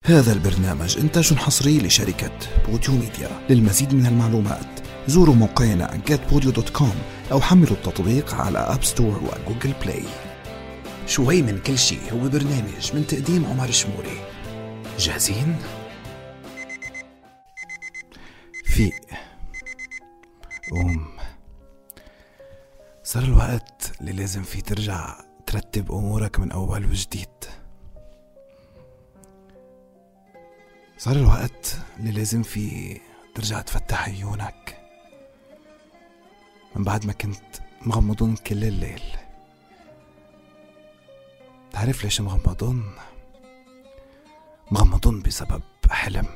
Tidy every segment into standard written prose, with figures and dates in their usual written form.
هذا البرنامج إنتاج حصري لشركة بوديو ميديا. للمزيد من المعلومات زوروا موقعنا getpodio.com أو حملوا التطبيق على أب ستور وجوجل بلاي. شوي من كل شيء هو برنامج من تقديم عمر شموري. جاهزين؟ فيق، قوم، صار الوقت اللي لازم فيه ترجع ترتب أمورك من أول وجديد. صار الوقت اللي لازم فيه ترجع تفتح عيونك من بعد ما كنت مغمضون كل الليل. تعرف ليش مغمضون؟ مغمضون بسبب حلم،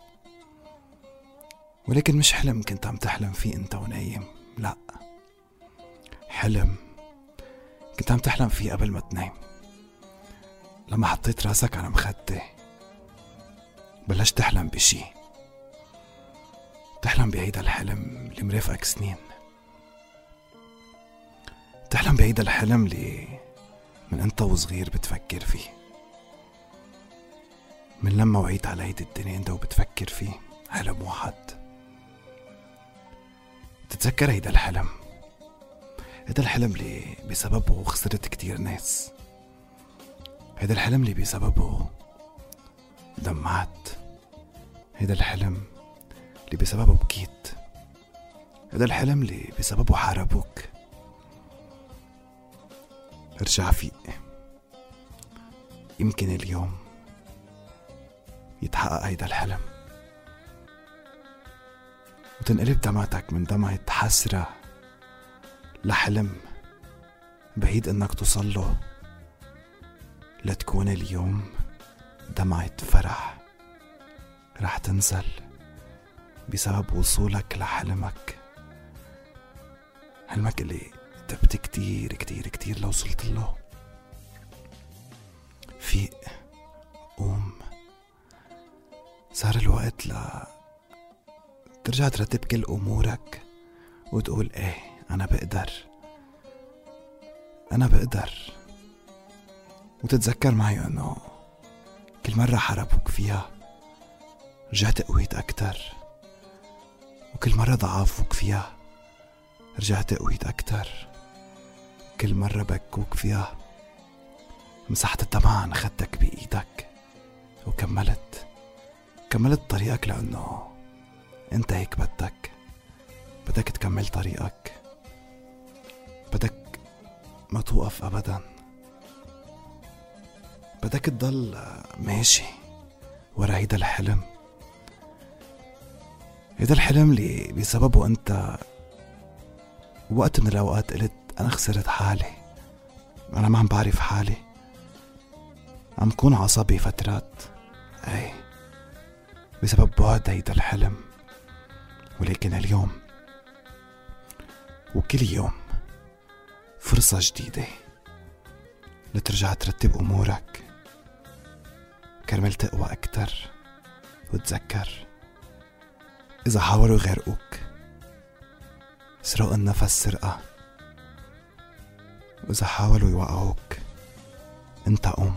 ولكن مش حلم كنت عم تحلم فيه انت ونايم، لا، حلم كنت عم تحلم فيه قبل ما تنام. لما حطيت راسك على مخدة بلشت تحلم بشي، تحلم بعيد الحلم اللي مرافقك سنين، تحلم بعيد الحلم اللي من انت وصغير بتفكر فيه، من لما وعيت على هيدي الدنيا انت وبتفكر فيه حلم واحد. تتذكر هيدا الحلم، هيدا الحلم اللي بسببه خسرت كتير ناس، هيدا الحلم اللي بسببه دمعت، هيدا الحلم اللي بسببه بكيت، هيدا الحلم اللي بسببه حاربوك. ارجع فيق، يمكن اليوم يتحقق هيدا الحلم وتنقلب دمعتك من دمعة حسرة لحلم بعيد انك توصله، لتكون اليوم دمعة فرح رح تنزل بسبب وصولك لحلمك، حلمك اللي تعبت كتير كتير كتير لو وصلت له. فيق، قوم، صار الوقت ترجع ترتب كل أمورك وتقول ايه أنا بقدر، وتتذكر معي أنه كل مرة حاربوك فيها رجعت قويت أكتر، وكل مرة ضعفوك فيها رجعت قويت أكتر، كل مرة بكوك فيها مسحت الدمعة عن خدك بإيدك وكملت طريقك، لأنه انت هيك بدك تكمل طريقك، بدك ما توقف أبدا، بدك تضل ماشي ورا هيدا الحلم اللي بسببه انت وقت من الأوقات قلت أنا خسرت حالي، أنا ما عم بعرف حالي، عم كون عصبي فترات، أي بسبب بعد هيدا الحلم. ولكن اليوم وكل يوم فرصة جديدة لترجع ترتب أمورك كرمال تقوى أكتر. وتذكر إذا حاولوا يغرقوك سرق النفس سرقة، وإذا حاولوا يوقعوك انت قوم،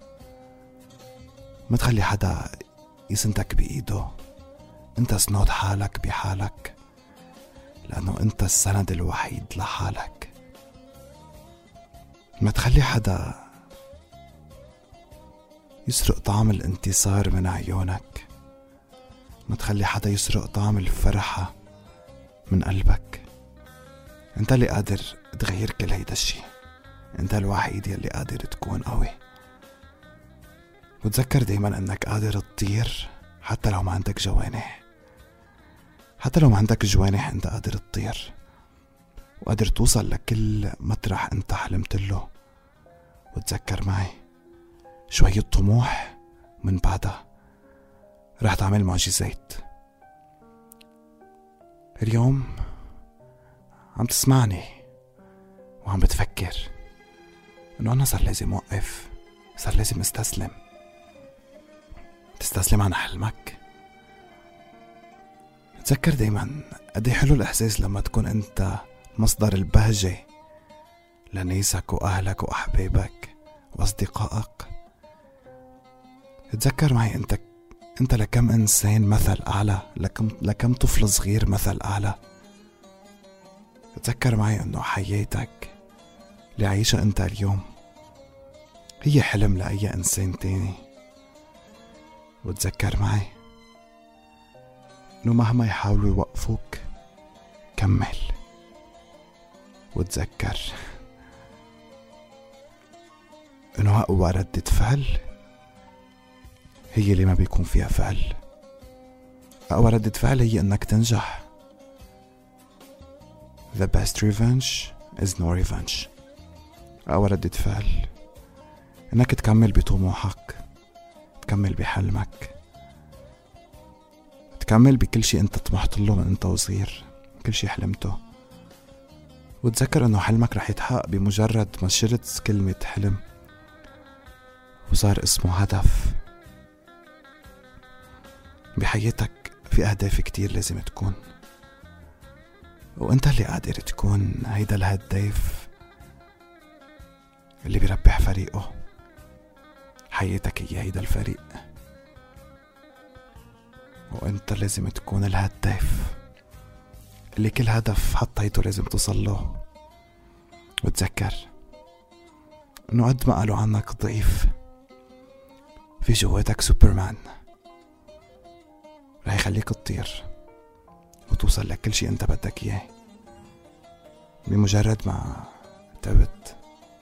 ما تخلي حدا يسندك بإيده، انت سنود حالك بحالك، لأنه انت السند الوحيد لحالك. ما تخلي حدا يسرق طعم الانتصار من عيونك، ما تخلي حدا يسرق طعم الفرحة من قلبك. انت اللي قادر تغير كل هيدا الشي، انت الوحيد يلي قادر تكون قوي. وتذكر دايما انك قادر تطير حتى لو ما عندك جوانح، حتى لو ما عندك جوانح انت قادر تطير وقادر توصل لكل مطرح انت حلمت له. وتذكر معي شوية طموح من بعدها رح تعمل معجزات. اليوم عم تسمعني وعم بتفكر انه انا صار لازم اوقف، صار لازم تستسلم عن حلمك. تذكر دايما قد ايه حلو الاحساس لما تكون انت مصدر البهجة لنيسك واهلك واحبابك واصدقائك. تذكر معي انت لكم انسان مثل اعلى، لكم طفل صغير مثل اعلى. تذكر معي انه حياتك اللي عايشها انت اليوم هي حلم لأي انسان تاني. وتذكر معي انه مهما يحاولوا يوقفوك كمل. وتذكر انه اقوى ردة فعل هي اللي ما بيكون فيها فعل. اقوى ردة فعل هي انك تنجح. The best revenge is no revenge. اقوى ردة فعل انك تكمل بطموحك، تكمل بحلمك، تكمل بكل شيء انت طمحت له من انت وصغير، كل شيء حلمته. وتذكر انه حلمك رح يتحقق بمجرد ما شرت كلمة حلم وصار اسمه هدف. بحياتك في اهداف كتير لازم تكون، وانت اللي قادر تكون هيدا الهداف اللي بيربح فريقه. حياتك هي هيدا الفريق، وانت لازم تكون الهداف اللي كل هدف حطيته لازم توصل له. وتذكر انه قد ما قالوا عنك ضعيف، في جواتك سوبرمان رح يخليك تطير وتوصل لكل شيء انت بدك اياه بمجرد ما تعبت.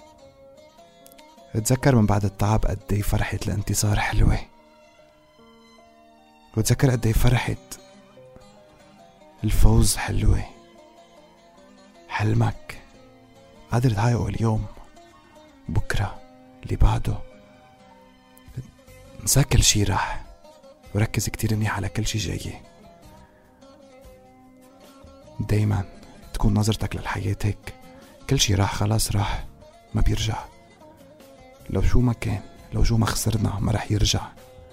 تذكر من بعد التعب قدي فرحة الانتصار حلوة. وتذكر قدي فرحة الفوز حلوة. حلمك قادر تحققه اليوم، بكرة، اللي بعده. انسى كل شي راح وركز كتير منيح على كل شي جاي. دايما تكون نظرتك للحياة هيك، كل شي راح خلاص راح ما بيرجع. لو شو ما كان، لو شو ما خسرنا ما رح يرجع.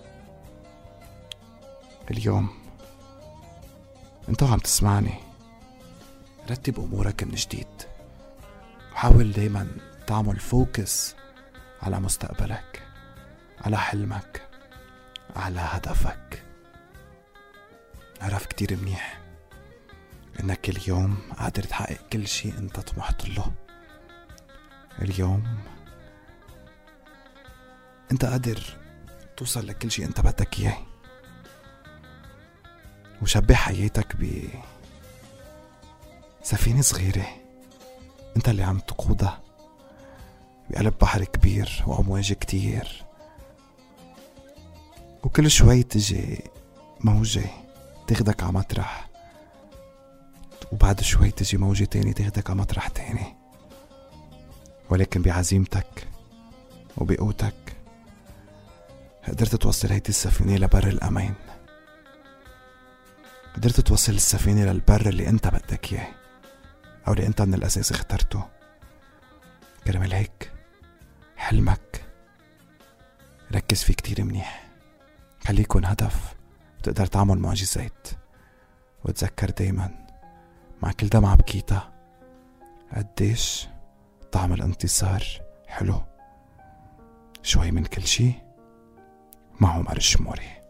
اليوم انت عم تسمعني، رتب امورك من جديد وحاول دايما تعمل فوكس على مستقبلك، على حلمك، على هدفك. اعرف كتير منيح انك اليوم قادر تحقق كل شي انت طمحت له. اليوم انت قادر توصل لكل شي انت بدك اياه. وشبه حياتك بسفينة صغيرة انت اللي عم تقودها بقلب بحر كبير وأمواج كتير، وكل شوي تجي موجة تاخدك على مطرح، وبعد شوي تجي موجة تاني تاخدك على مطرح تاني. ولكن بعزيمتك وبقوتك قدرت توصل هيدي السفينة لبر الأمان، قدرت توصل السفينة للبر اللي انت بدك اياه او اللي انت من الاساس اخترته. كرمال هيك حلمك ركز فيه كتير منيح، خليه يكون هدف تقدر تعمل معجزات. وتذكر دايما مع كل دمعة بكيتها قديش طعم الانتصار حلو. شوي من كل شي مع عمر الشموري.